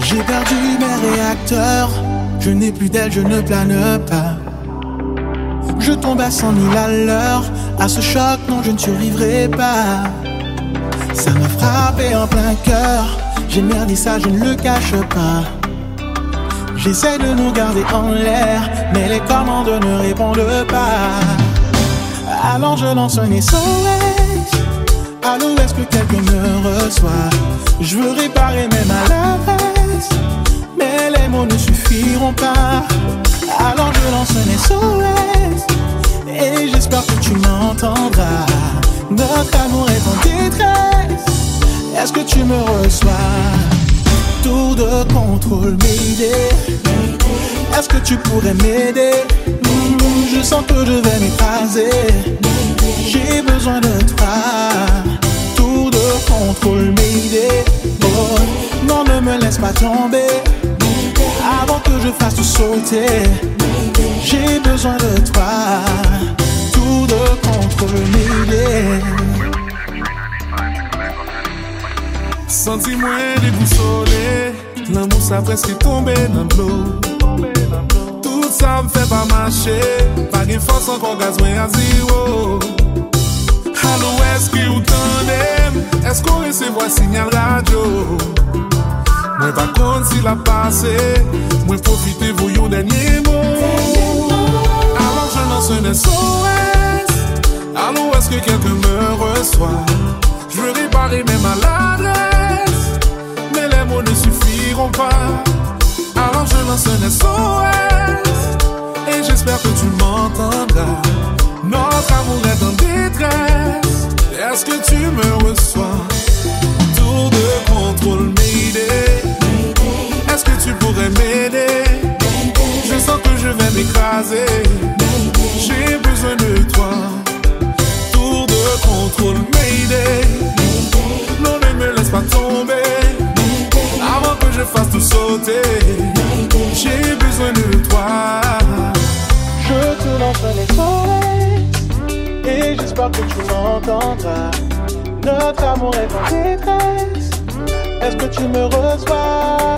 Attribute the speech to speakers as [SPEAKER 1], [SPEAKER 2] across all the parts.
[SPEAKER 1] J'ai perdu mes réacteurs, je n'ai plus d'elle, je ne plane pas. Je tombe à 100 000 à l'heure, à ce choc, non, je ne survivrai pas. Ça m'a frappé en plein cœur, j'ai merdé ça, je ne le cache pas. J'essaie de nous garder en l'air, mais les commandes ne répondent pas. Alors je lance un SOS. Allô, est-ce que quelqu'un me reçoit? Je veux réparer mes maladresses, mais les mots ne suffiront pas. Alors je lance un SOS, et j'espère que tu m'entendras. Notre amour est en détresse, est-ce que tu me reçois? Tour de contrôle, Mayday. Est-ce que tu pourrais m'aider? Je sens que je vais m'écraser. J'ai besoin de toi. Tour de contrôle, Mayday. Oh, non, ne me laisse pas tomber avant que je fasse tout sauter. J'ai besoin de toi. Tour de contrôle, Mayday.
[SPEAKER 2] Senti-moi déboussolé, l'amour ça presque tombé dans l'eau. Tout ça me fait pas marcher, pas de force encore gaz à zéro. Allô, est-ce que vous tendez? Est-ce qu'on recevoir signal radio? Moi pas compte s'il a passé, moi profitez vous yon dernier mot. Alors je lance un SOS. Allô, est-ce que quelqu'un me reçoit? Je veux réparer mes maladresses, mais les mots ne suffiront pas. Alors je lance un SOS, et j'espère que tu m'entendras. Notre amour est en détresse, est-ce que tu me reçois? Tour de contrôle, Mayday. Est-ce que tu pourrais m'aider? Je sens que je vais m'écraser. J'ai besoin de toi. Tour de contrôle, Mayday. Non, ne me laisse pas tomber avant que je fasse tout sauter. J'ai besoin de toi.
[SPEAKER 1] Je te lance un SOS, et j'espère que tu m'entendras. Notre amour est en détresse, est-ce que tu me reçois?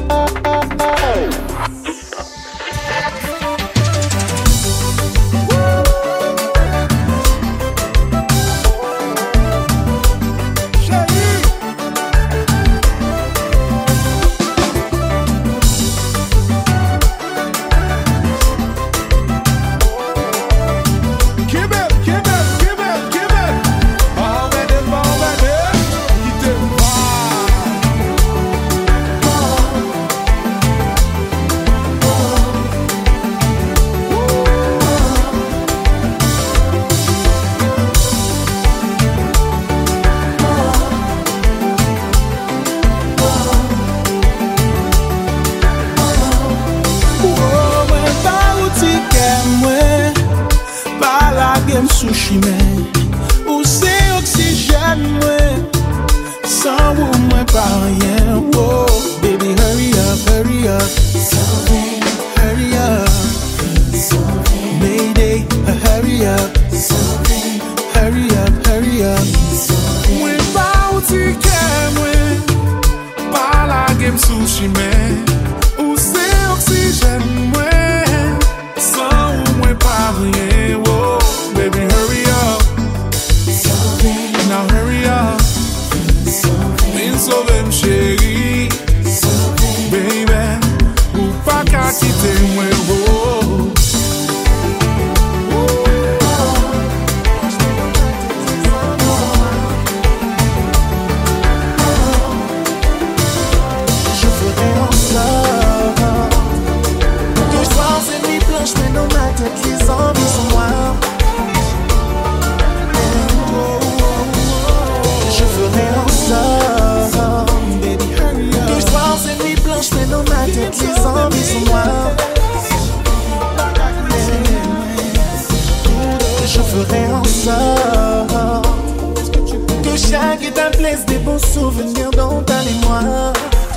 [SPEAKER 1] Sushi man, ou c'est oxygène moi, sans vous moi pas rien. Oh, baby hurry up, hurry up. Hurry up, Mayday, hurry up. Hurry up, hurry up.
[SPEAKER 2] Moi pas ou ticket moi, pas la game sushi man, ou c'est oxygène moi, sans moi pas rien. Oh, baby hurry up, now hurry up. Vin sauver m chérie, baby, ou pas qu'à quitter moi. Oh.
[SPEAKER 1] Je ferai en sorte que je sois en nuit blanche, mais dans ma tête les envies sont noires. Je ferai en sorte, baby, hurry up, que je sois en nuit blanche, mais dans ma tête les envies sont noires. Je ferai en sorte que chaque étape laisse des beaux souvenirs dans ta mémoire.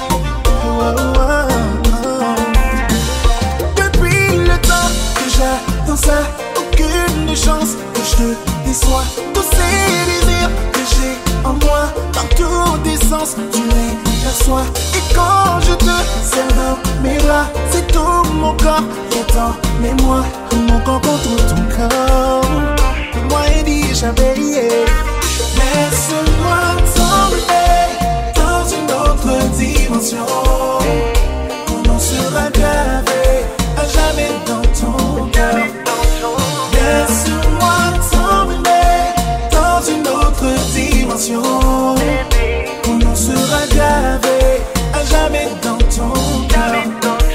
[SPEAKER 1] Depuis le temps que j'attends ça, aucune chance que je te déçois. Tous ces désirs que j'ai en moi, dans tous des sens, tu es la t'aperçois. Et quand je te serre dans mes bras, c'est tout mon corps qui est en mémoire. Mon corps contre ton corps, moi et dit j'avais hier. Laisse-moi t'emmener dans une autre dimension. Mon nom sera gravé à jamais dans ton cœur. Laisse-moi t'emmener dans une autre dimension. Mon nom sera gravé à jamais dans ton cœur.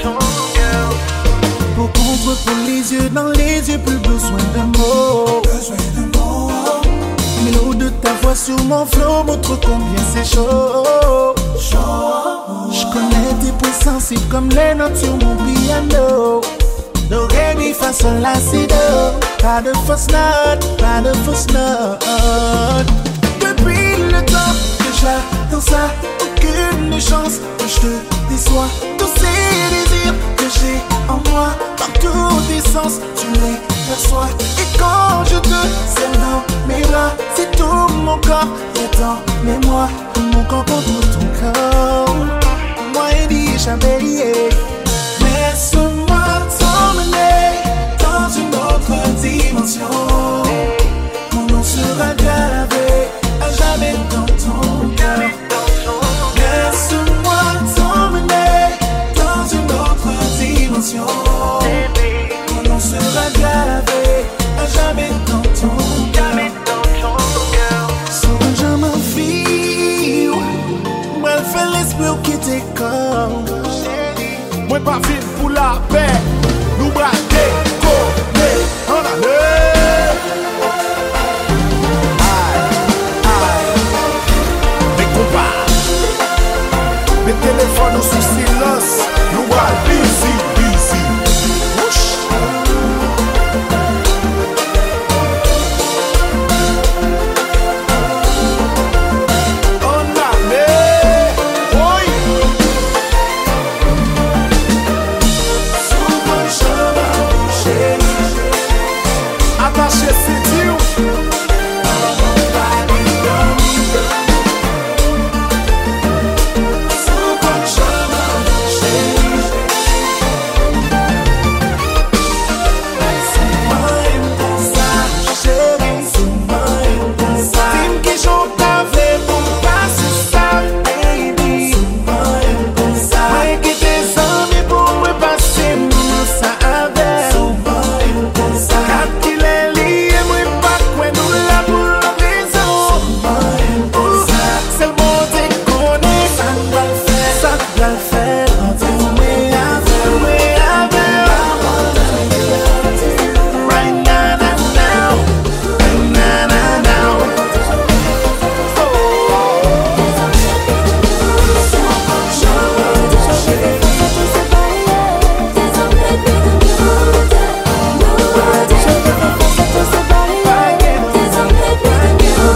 [SPEAKER 1] Pour comprendre pour les yeux, dans les yeux, plus besoin de mots. Mais l'eau de ta voix sur mon flow montre combien c'est chaud. Je connais tes points sensibles comme les notes sur mon piano. Do, ré, mi, fa, sol, la, si, do. Pas de fausse note, pas de fausse note. Depuis le temps que j'attends ça, aucune chance que je te déçois. Tous ces désirs que j'ai en moi, dans tous tes sens, tu les perçois. Et quand je te serre dans mes bras, c'est tout mon corps qui est en mémoire. Mon corps contre ton corps, moi et dit jamais lié. Laisse-moi t'emmener dans une autre dimension. Mon nom sera gravé à jamais dans ton cœur. Laisse-moi t'emmener dans une autre dimension. Mon nom sera gravé à jamais dans ton cœur. Sans jamais vivre, moi elle fait l'esprit qui t'écoute.
[SPEAKER 2] Moi pas vite pour la paix, nous braquer, coller, en allée. Aïe, mes compas, mes téléphones sous silence, nous braquer, busy, busy.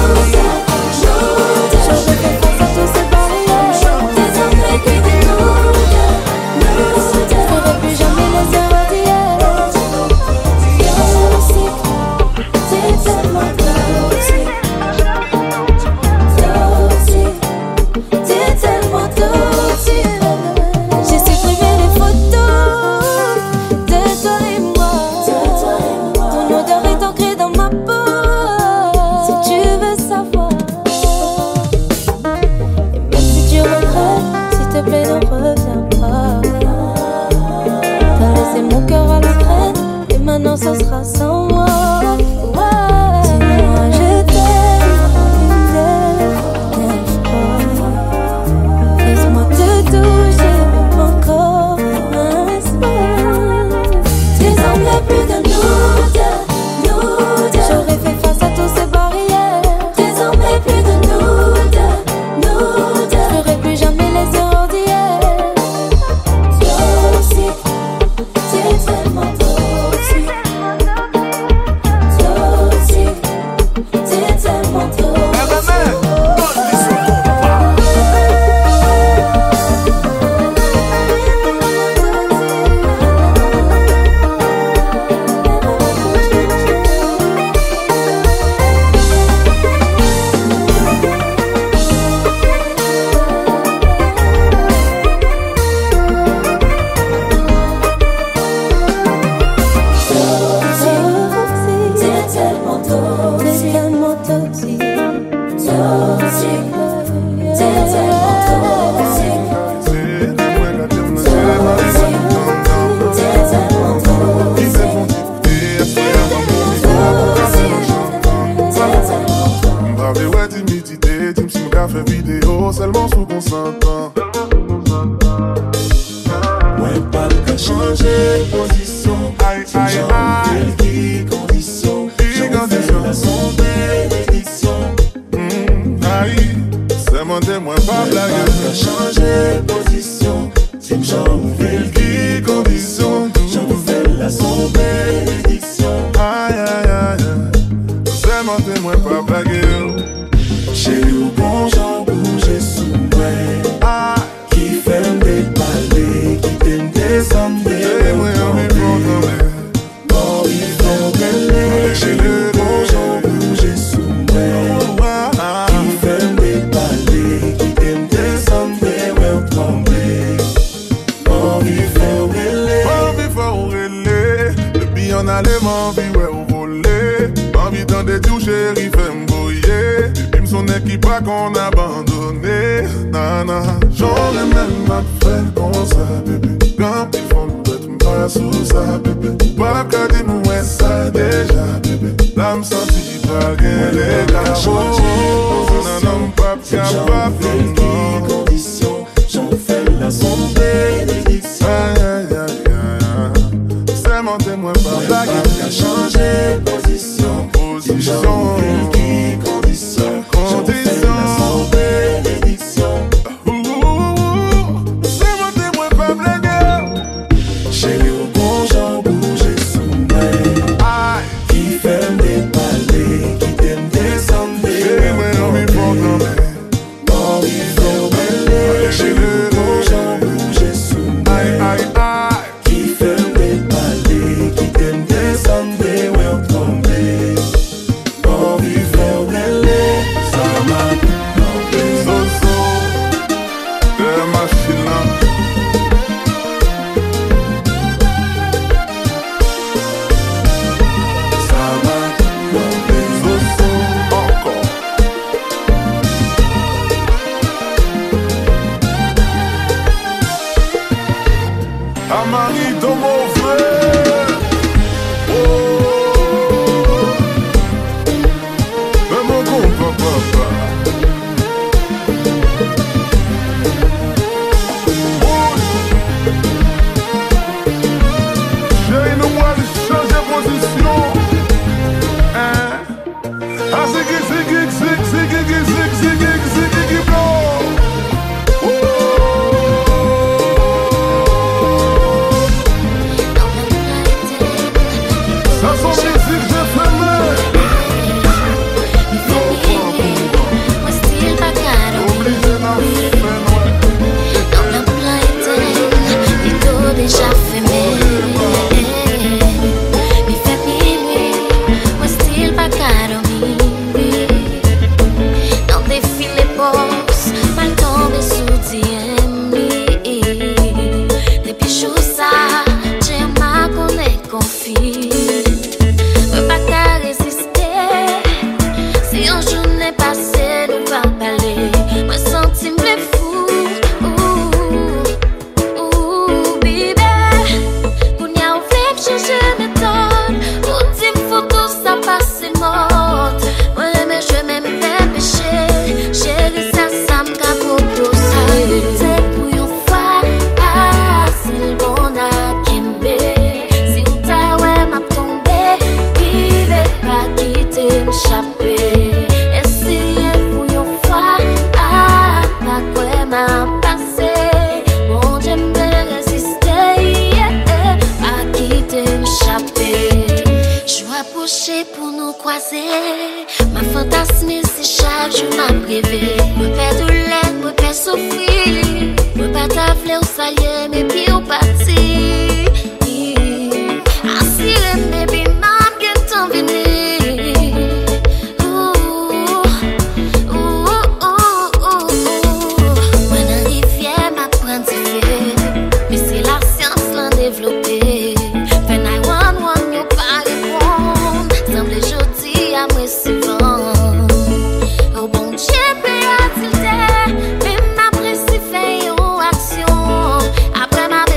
[SPEAKER 3] Des j'en ouvre qui condition, j'en ouvre la son bénédiction.
[SPEAKER 2] Aïe aïe aïe, c'est mon témoin pas blaguer.
[SPEAKER 3] Chérie ou bon j'en bouge sous moi, qui fait des palais, qui t'aime descendre des
[SPEAKER 2] moi envie pour
[SPEAKER 3] bon il faut belle. Chérie ou bon j'en bouge sous moi, qui fait des palais, qui t'aime descendre des ouais tomber. Bon il faut belle.
[SPEAKER 2] Depuis on allait m'envie ouais au voler, envie dans des jours chérie fait m'brouiller. Depuis son équipe pas qu'on abandonné, nana. J'aurais même pas fait comme ça bébé. Quand ils font le pas sous ça bébé. Pas qu'à dire moi ça déjà bébé. Là me senti pas gain les gars. Non pas capable
[SPEAKER 3] de condition, j'en fais la son bénédiction.
[SPEAKER 2] Aïe aïe aïe aïe, c'est mon témoin pas blague.
[SPEAKER 3] Pas changer position,
[SPEAKER 2] position.
[SPEAKER 3] Qui condition, j'en fais la son bénédiction.
[SPEAKER 2] C'est mon témoin pas blague.
[SPEAKER 3] Chérie au bon j'en bouge sous moi, qui fait des palais, qui t'aime descendre des
[SPEAKER 2] chérie moi envie pour tomber.
[SPEAKER 3] Bon il faut belle. Chérie au bon j'en bouge sous moi, qui fait des palais, qui t'aime descendre des ouais tomber. Bon il faut belle. Ça m'a tombé.
[SPEAKER 2] Zozo, de machine là.
[SPEAKER 3] Ça m'a tombé.
[SPEAKER 2] Zozo, encore. Amari dans mon frère. Oh, mais mon con papa. J'ai une moi de changer position. Ah, c'est blanc. Ça sent musique, j'ai fermé. Obligé d'en faire,
[SPEAKER 4] déjà fermé. Me fait minuit, mon style pas caro. Dans des filets boss, mal tombé sous TMI. Depuis chou ça, j'ai ma connaît confie. Me pas qu'à résister. Si un jour n'est passé, nous va parler. Me senti me fou. Je m'étonne, pour dire photo ça passe mort. Moi mais je m'aime faire pécher. Chérie ça me qu'a proposé. C'est pour une fois, c'est le bon à Kembe. Si on t'a ouais m'a tombé, il veut pas quitter m'échapper. Essayez pour une fois, pas quoi m'a passé. Bon Dieu me résister. Je vais approcher pour nous croiser. Ma fantasme c'est chaque jour m'a rêvé. Me faire douleur, me faire souffrir. Me pas t'affler au salier, mais puis au parti. Assuré, mais puis m'am que t'en venir. Moi dans rivière m'apprendre mais c'est la science l'en développer. Oh bon Dieu, mais a-t-il mais ma précis fait une action. Après ma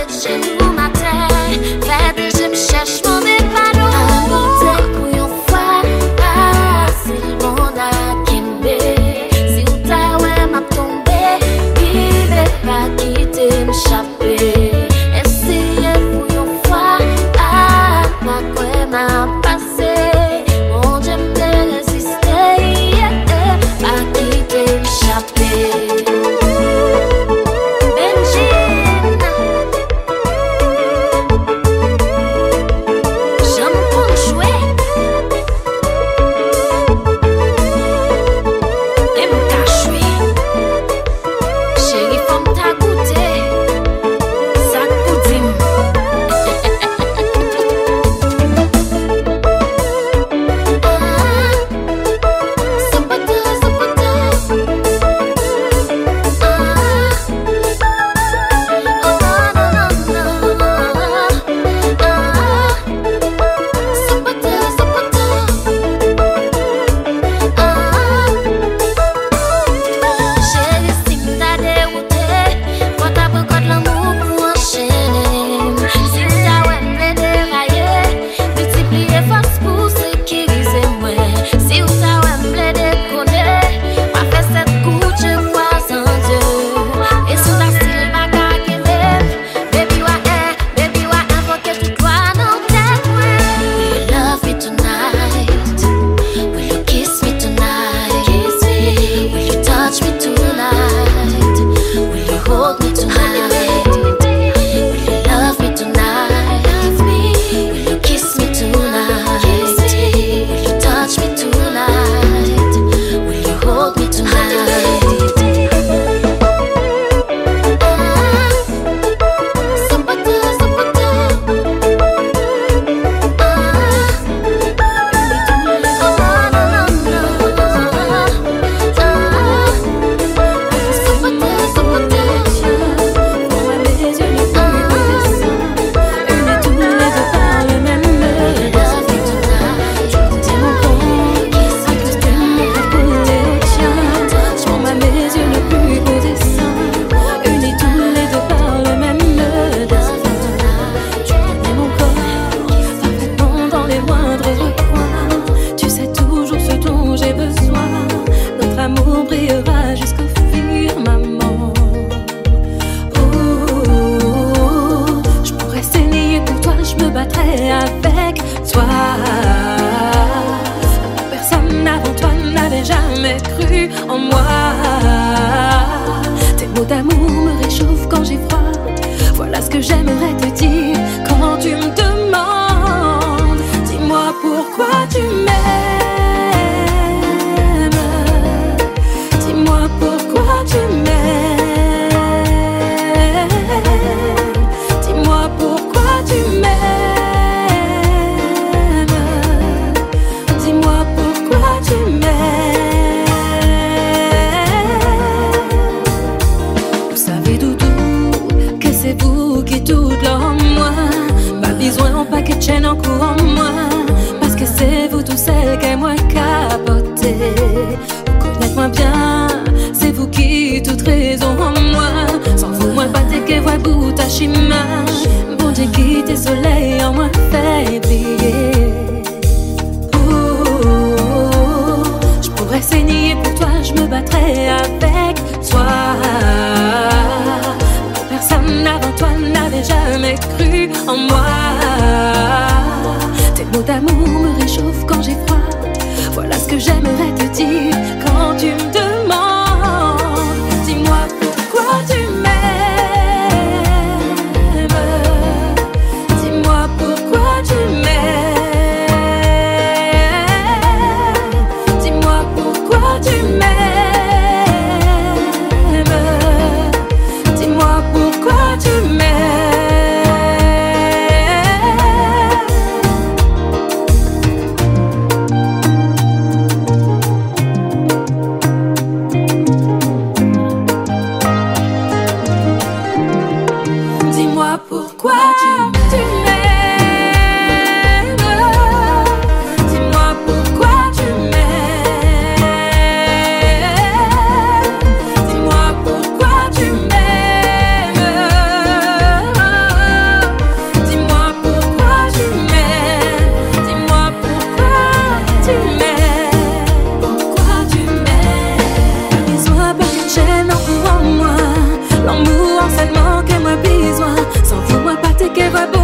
[SPEAKER 5] jamais cru en moi. Tes mots d'amour me réchauffent quand j'ai froid. Voilà ce que j'aimerais te dire quand tu me demandes. Dis-moi pourquoi tu m'aimes. Dis-moi pourquoi tu m'aimes. Dis-moi pourquoi tu m'aimes. Dis-moi pourquoi tu m'aimes. Vous savez doudou que c'est vous qui tout l'en moi. Pas besoin en paquet de chaîne en courant moi. Parce que c'est vous tous celles que moi capoté. Connaître-moi bien, c'est vous qui toute raison en moi. Sans vous moi pas t'es que voix bout à chima. Bon Dieu qui tes soleils en moi fait briller. Je pourrais saigner pour toi, je me battrais avec toi. Personne avant toi n'avait jamais cru en moi. Tes mots d'amour me réchauffent quand j'ai froid. Voilà ce que j'aimerais te dire quand tu me demandes. Dis-moi pourquoi tu m'aimes. Dis-moi pourquoi tu m'aimes. Dis-moi pourquoi tu m'aimes. Dis-moi pourquoi tu m'aimes. Dis-moi pourquoi tu m'aimes. Dis-moi pourquoi tu m'aimes. Dis-moi pourquoi tu m'aimes. Dis-moi pourquoi tu m'aimes. Dis-moi pourquoi tu m'aimes. Pourquoi tu m'aimes. Besoin pas qu'une chaîne en courant moi. L'amour en seulement que moi besoin. Sans vous moi pas t'es que va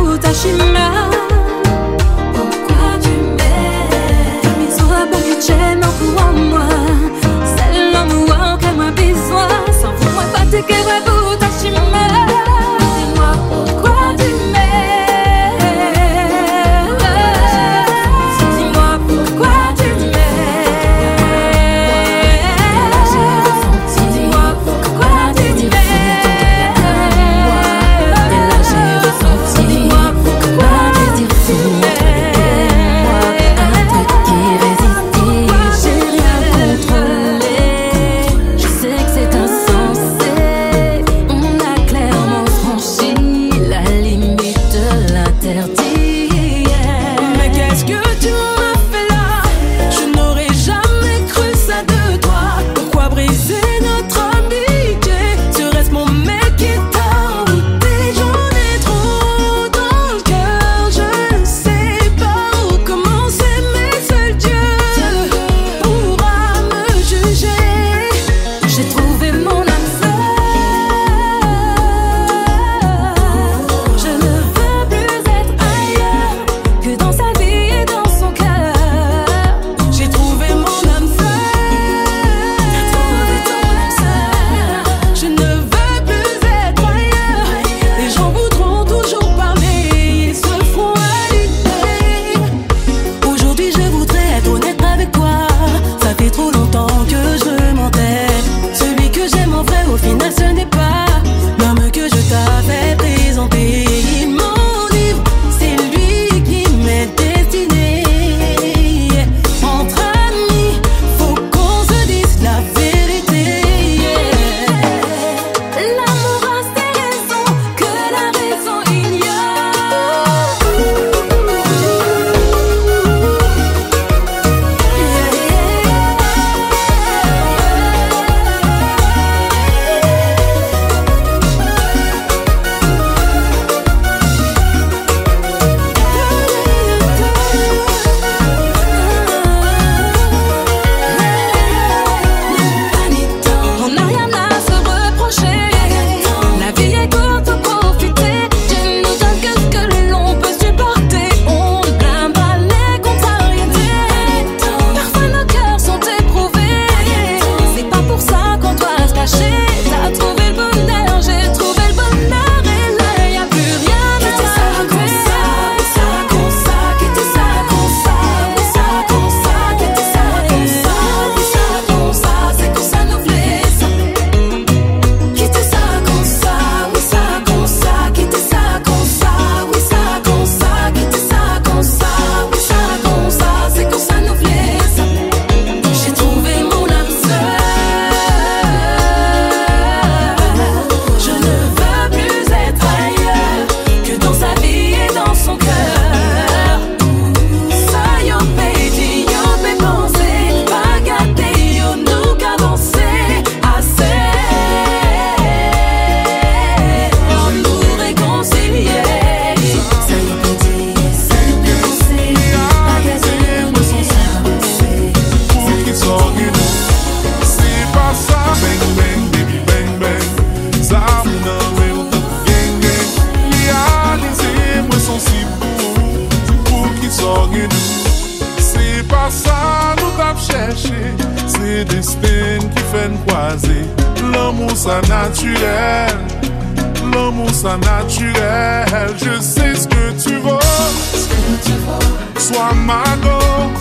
[SPEAKER 2] choisi. L'amour ça naturel, l'amour ça naturel. Je sais ce que tu veux, sois ma go.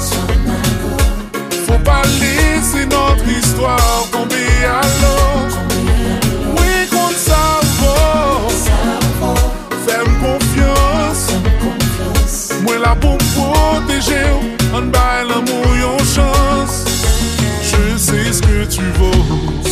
[SPEAKER 2] Faut pas laisser notre histoire tomber à l'eau. Oui, comme ça va, fais-moi confiance. Moi là pour protéger, on baille l'amour yon chance. Je sais ce que tu vaux.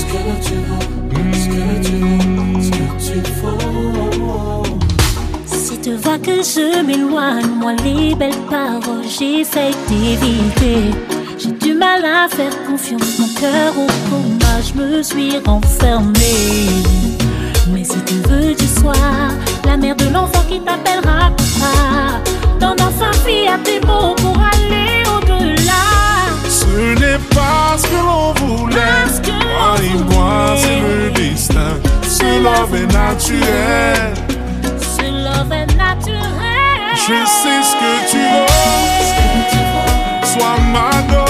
[SPEAKER 6] Si tu vois que je m'éloigne, moi les belles paroles j'essaie d'éviter. J'ai du mal à faire confiance, mon cœur au coma, je me suis renfermée. Mais si tu veux du soir, la mère de l'enfant qui t'appellera papa, donne enfin vie à tes mots pour aller au-delà.
[SPEAKER 2] Ce n'est pas ce que l'on voulait, toi et moi c'est le destin. Ce love est naturel,
[SPEAKER 6] ce love est naturel.
[SPEAKER 2] Je sais ce que tu veux, sois ma go.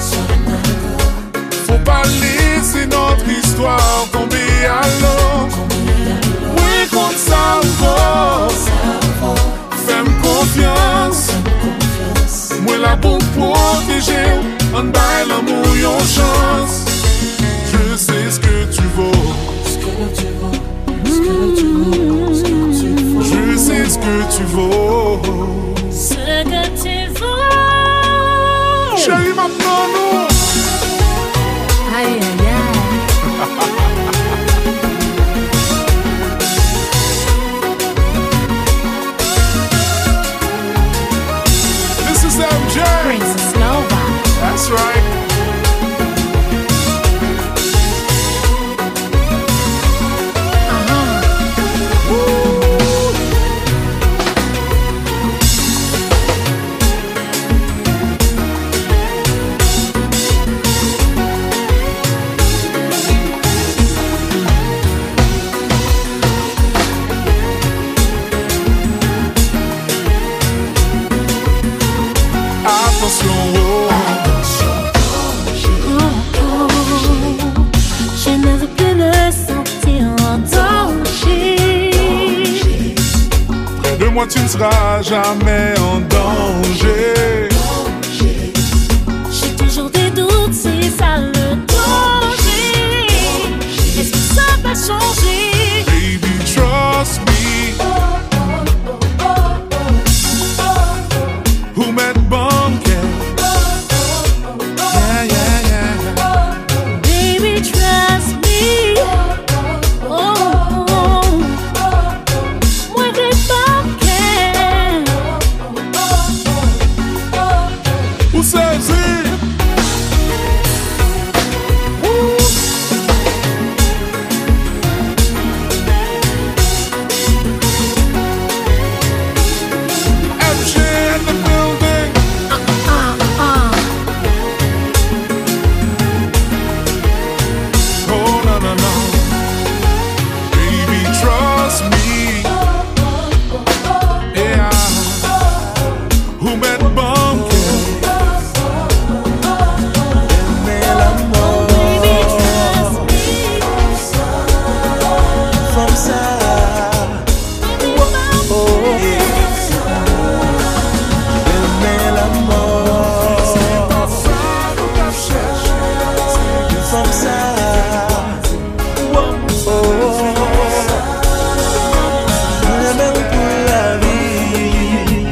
[SPEAKER 2] Faut pas laisser notre histoire tomber à l'eau. Oui, comme ça va, fais-moi confiance. Moi là pour protéger, on baille l'amour yon chance. Je sais ce que tu vaux. Je sais ce que tu vaux.
[SPEAKER 6] Ce que tu vaux.
[SPEAKER 2] Chérie, maintenant nous.
[SPEAKER 6] Aïe, aïe, aïe.
[SPEAKER 2] This is MJ.
[SPEAKER 6] Princess Nova.
[SPEAKER 2] That's right.
[SPEAKER 6] Je ne veux plus me sentir en danger.
[SPEAKER 2] Près de moi tu ne seras jamais en danger.
[SPEAKER 6] J'ai toujours des doutes, c'est ça le danger. Est-ce que ça va changer?
[SPEAKER 2] Baby, trust me. Who met Bunker? Yeah, yeah, yeah.
[SPEAKER 6] Baby, trust me. Oh, moi j'ai pas qu'elle.
[SPEAKER 2] Who says it? MJ in the building. Oh, no, no, no. Baby, trust me. Yeah. Who met Bunker?
[SPEAKER 6] Baby, trust me.
[SPEAKER 3] From ça, aimer la mort. From ça, aimer pour la vie.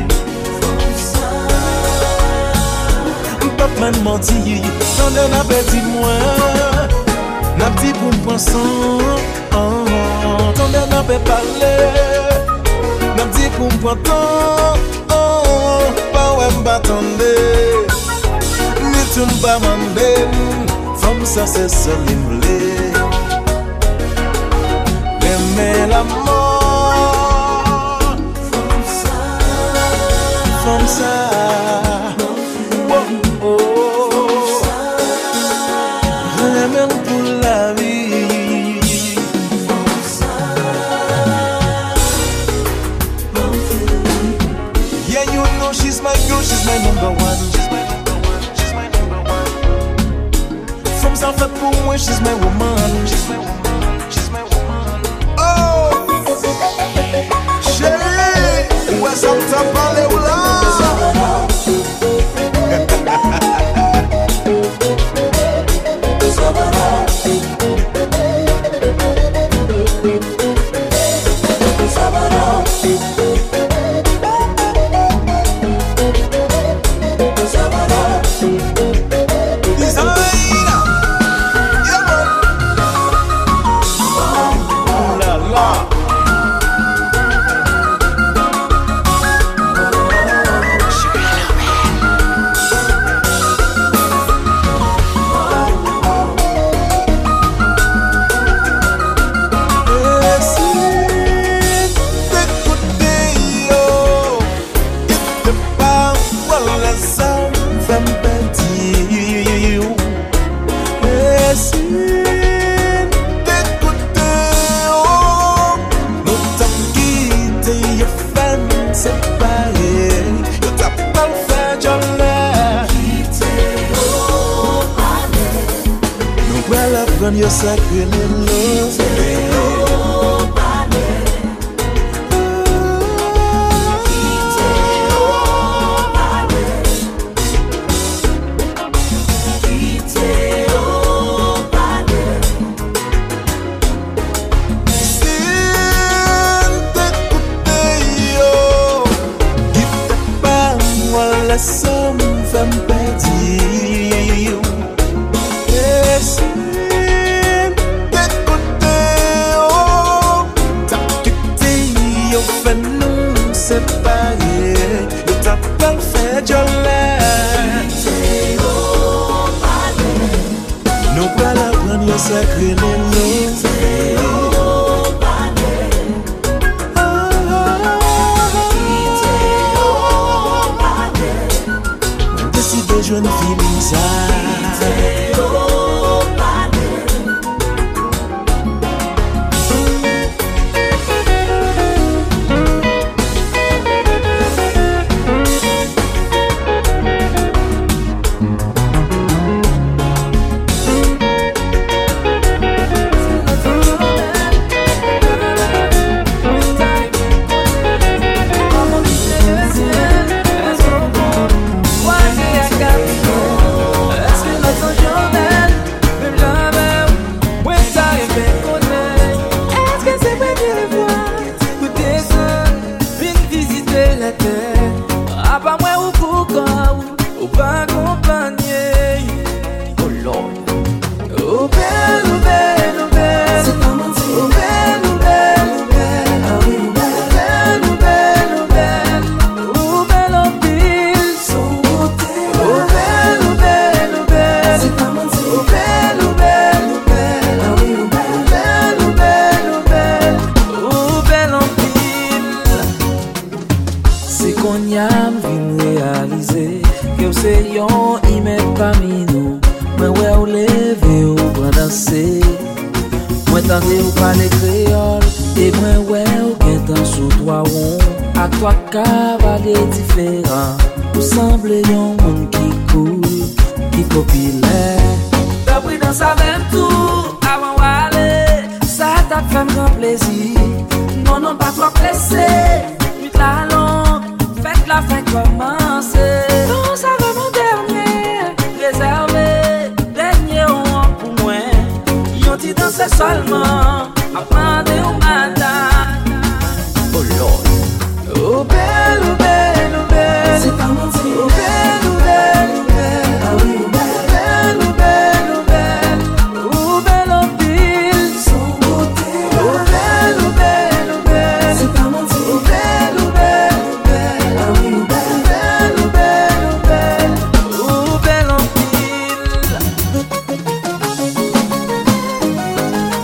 [SPEAKER 3] Papa m'a menti, j'en ai un appétit moins. N'a petit pour me penser, t'en n'a pas parlé. N'a petit pour me penser, pas ouais m'attendre. Ni tu m'as demandé, femme ça c'est seul l'imblé. Aimer la mort, femme ça. Aimer pour la vie. Yeah, you know she's my girl, she's my number one. From dreams are fait pour moi, she's my woman. Oh, chérie, où est-ce que t'as parlé ou là? You're sacred in love.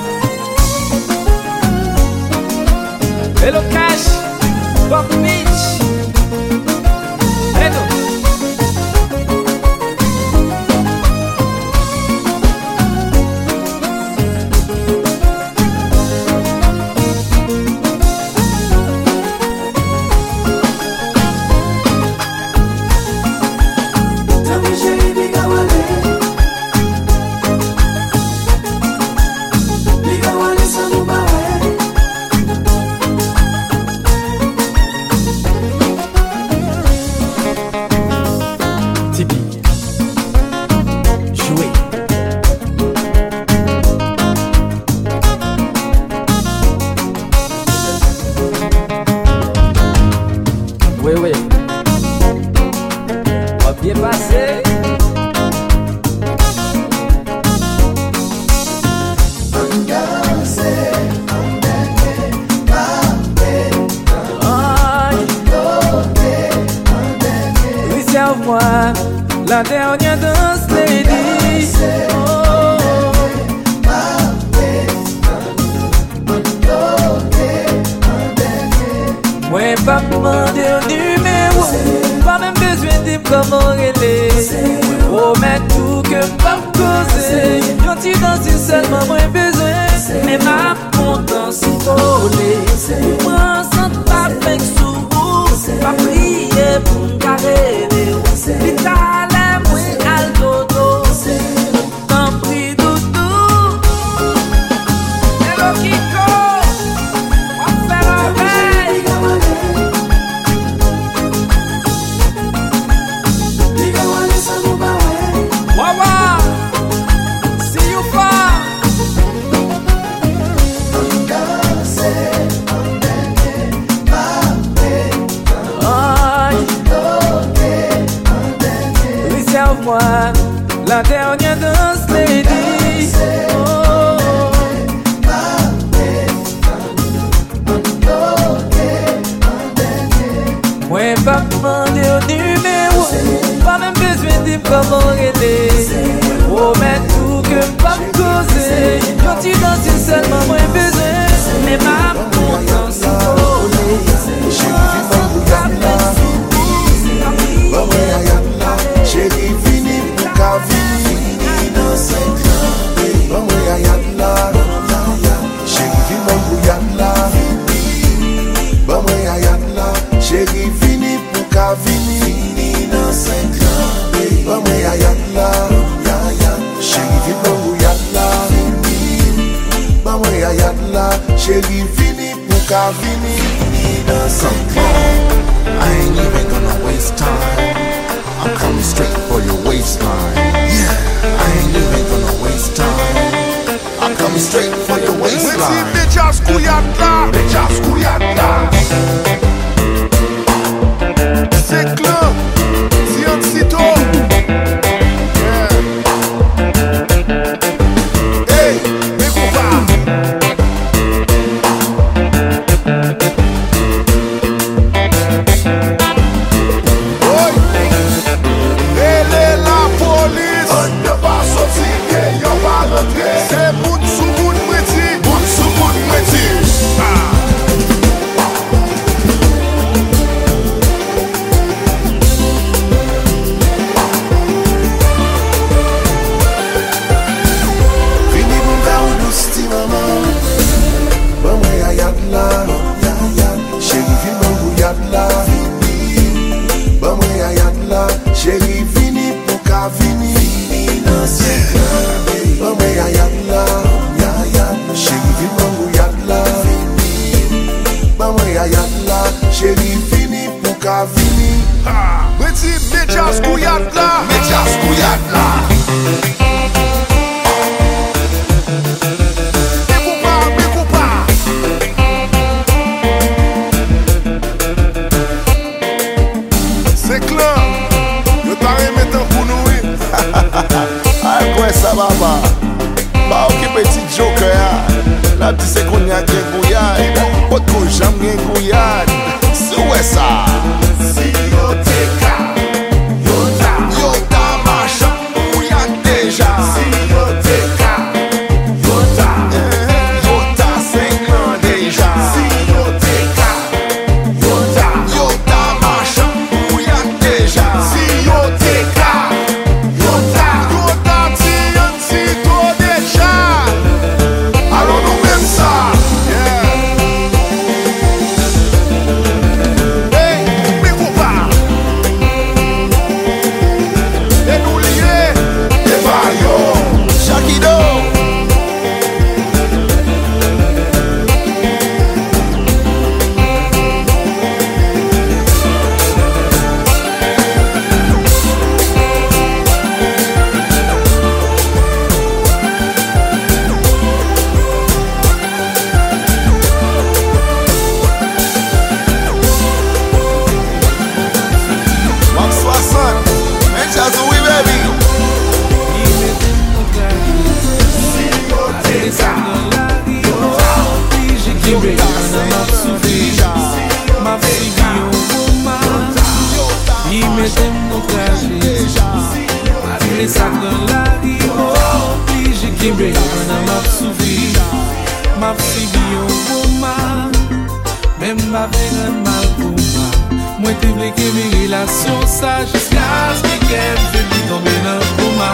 [SPEAKER 7] Hello Cash, Pop Beach. Oui, oui. Va bien passer.
[SPEAKER 8] Moi, la dernière danse, lady. Moi, pas demander un numéro, pas même besoin de dire comment elle est. Promet tout que pas causer. Gentil danser seulement, moins besoin. Mais ma contente si volée. Moi, sans pas faire sous, pas prier pour me carrer. Vitale mwen al dodo, t'en prie doudou. Hello Kiko, on fait la veille. Wawa, see you far. Moi, la dernière danse, lady. Moi, pas demander un numéro, pas même besoin de dire comment elle est. Promet tout que pas causer. Gentil danser seulement, moins besoin. Mais ma contente si volée.
[SPEAKER 3] Chérie, fini pour qu'à fini dans 5 ans. Bon, ouais, y'a là. Chérie, fini pour y'a là. Bon, ouais, y'a là. Chérie, fini pour qu'à fini dans 5 ans. Bon, ouais, y'a là. Chérie, fini pour y'a là. Bon, ouais, y'a là. Chérie, fini pour qu'à fini dans 5 ans. I ain't even gonna waste time. I'm coming straight for your waistline. Yeah, I ain't even gonna waste time. I'm coming straight for your waistline. Mecha skuyata, mecha skuyata. C'est club, Ziancito. Yeah. Hey, me coupa. C'est bout sous bout de métier, bout sous bout de métier. Fini mon verre ou douce, maman. Bon, moi, y'a de là. Chérie, fini mon y'a de là. Bon, moi, y'a de là. Chérie, fini pour qu'à fini. Bon, mais y'a là, chérie, dis-moi y'a là. Bon, mais y'a là, chérie, fini pour qu'à fini. Petit, mecha skuyat là, mecha skuyat là. C'est clair, yo t'arrête maintenant pour nous. Ça va pas. Bah ok petit joker. La petite c'est qu'on y a des gouillades. Pas de jamais des gouillades. C'est ouais ça. Si yo teka, yo ta machin gouillade déjà. Si yo teka, yo ta 5 ans déjà. Si yo teka, yo ta machin gouillade déjà. Si yo teka.
[SPEAKER 2] tomber, m'a souffri, m'a suivi au moment, même ma veine mal pour moi. Moi t'ai voulu que mes relations ça jusqu'à ce qu'elle fait tomber dans le coma.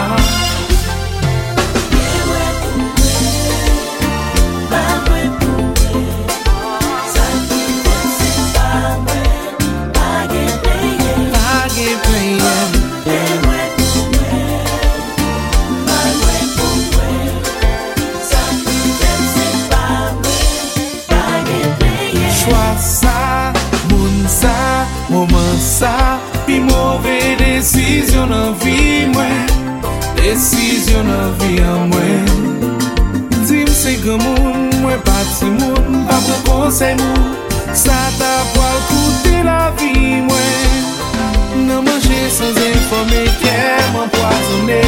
[SPEAKER 2] Moment ça, puis mauvaise décision dans vie moi, décision dans vie en moi. Dis-moi c'est grand monde, moi pas petit monde, pas bon conseil moi. Ça t'a pas coûté la vie moi. Non manger sans informer qu'elle m'empoisonner.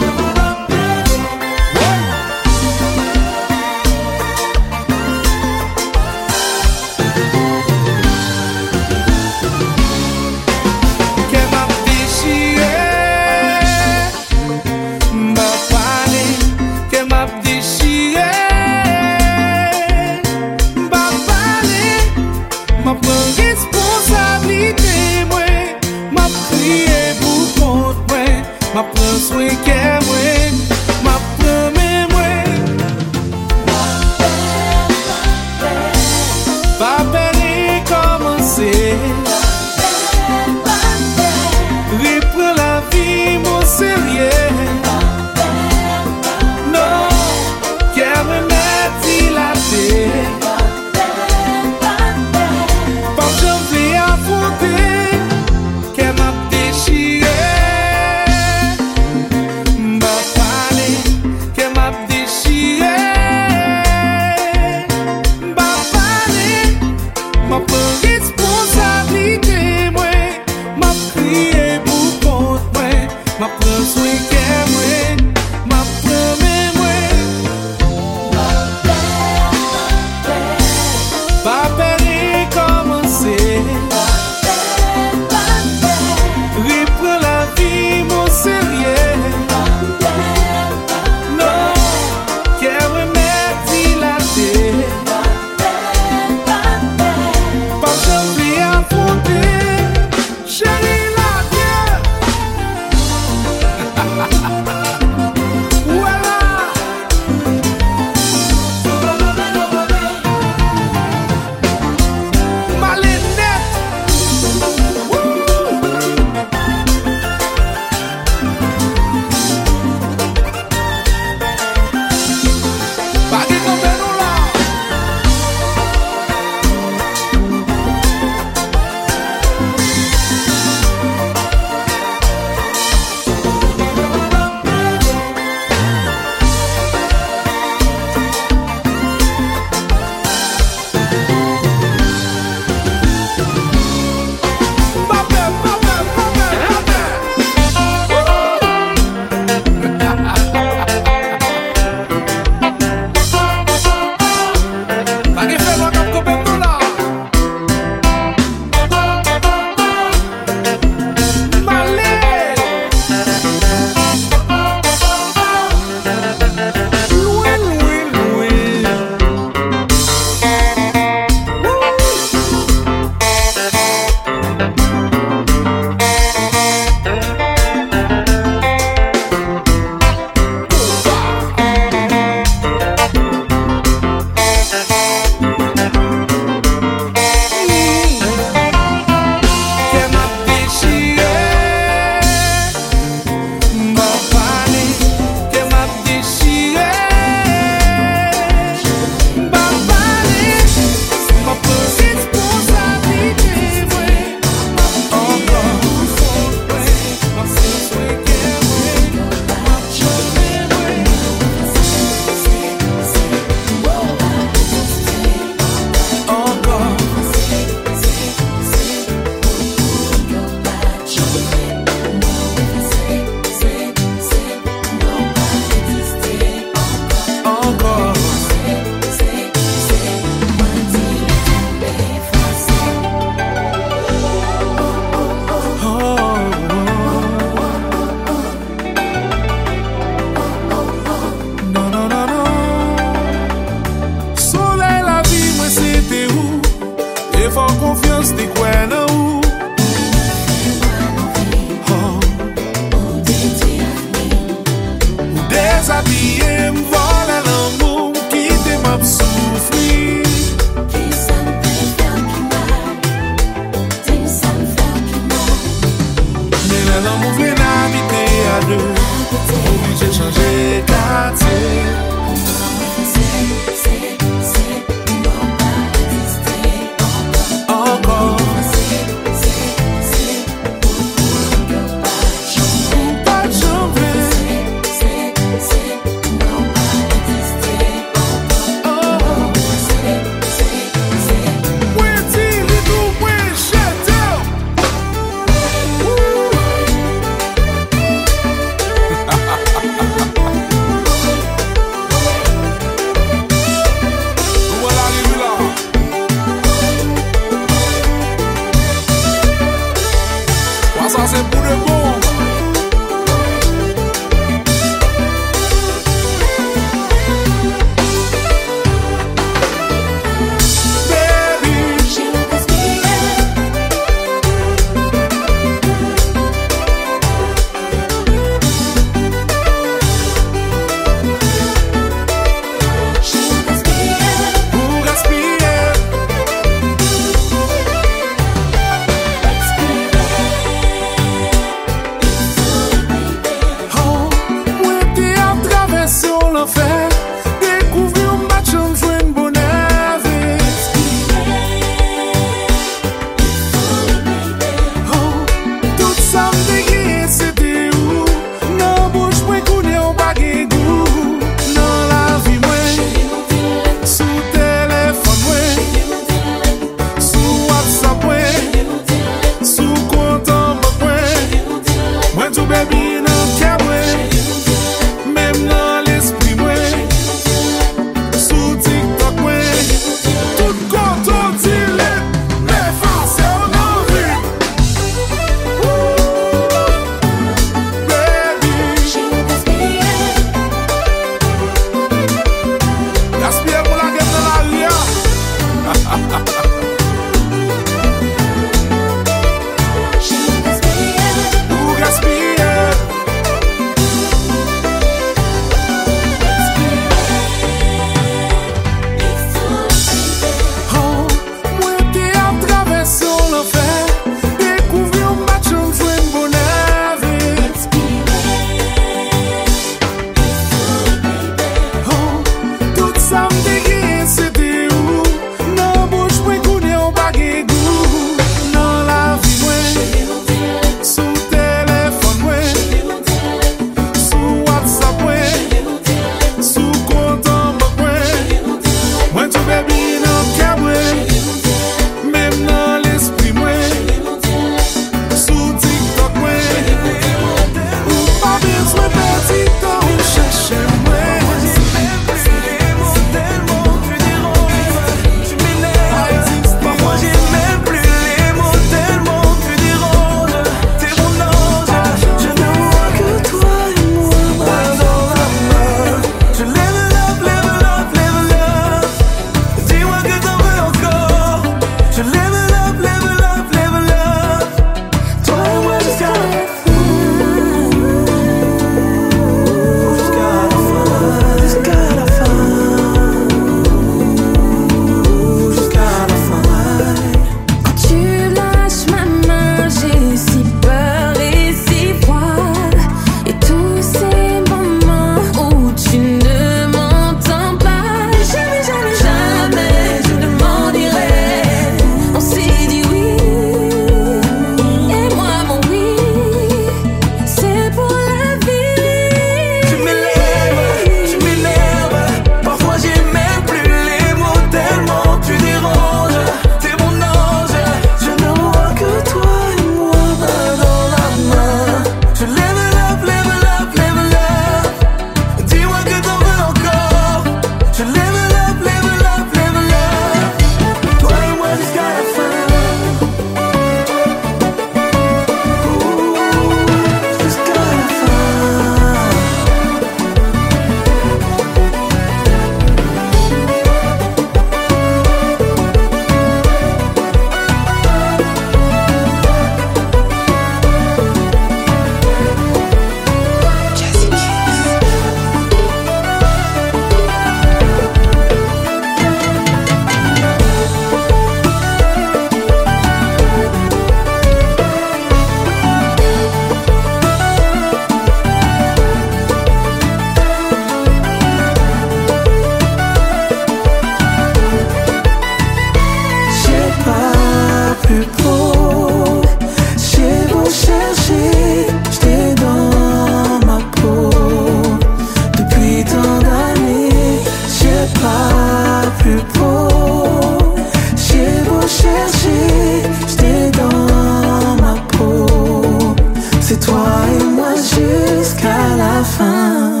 [SPEAKER 3] cherché, j'étais dans ma peau. C'est toi et moi jusqu'à la fin.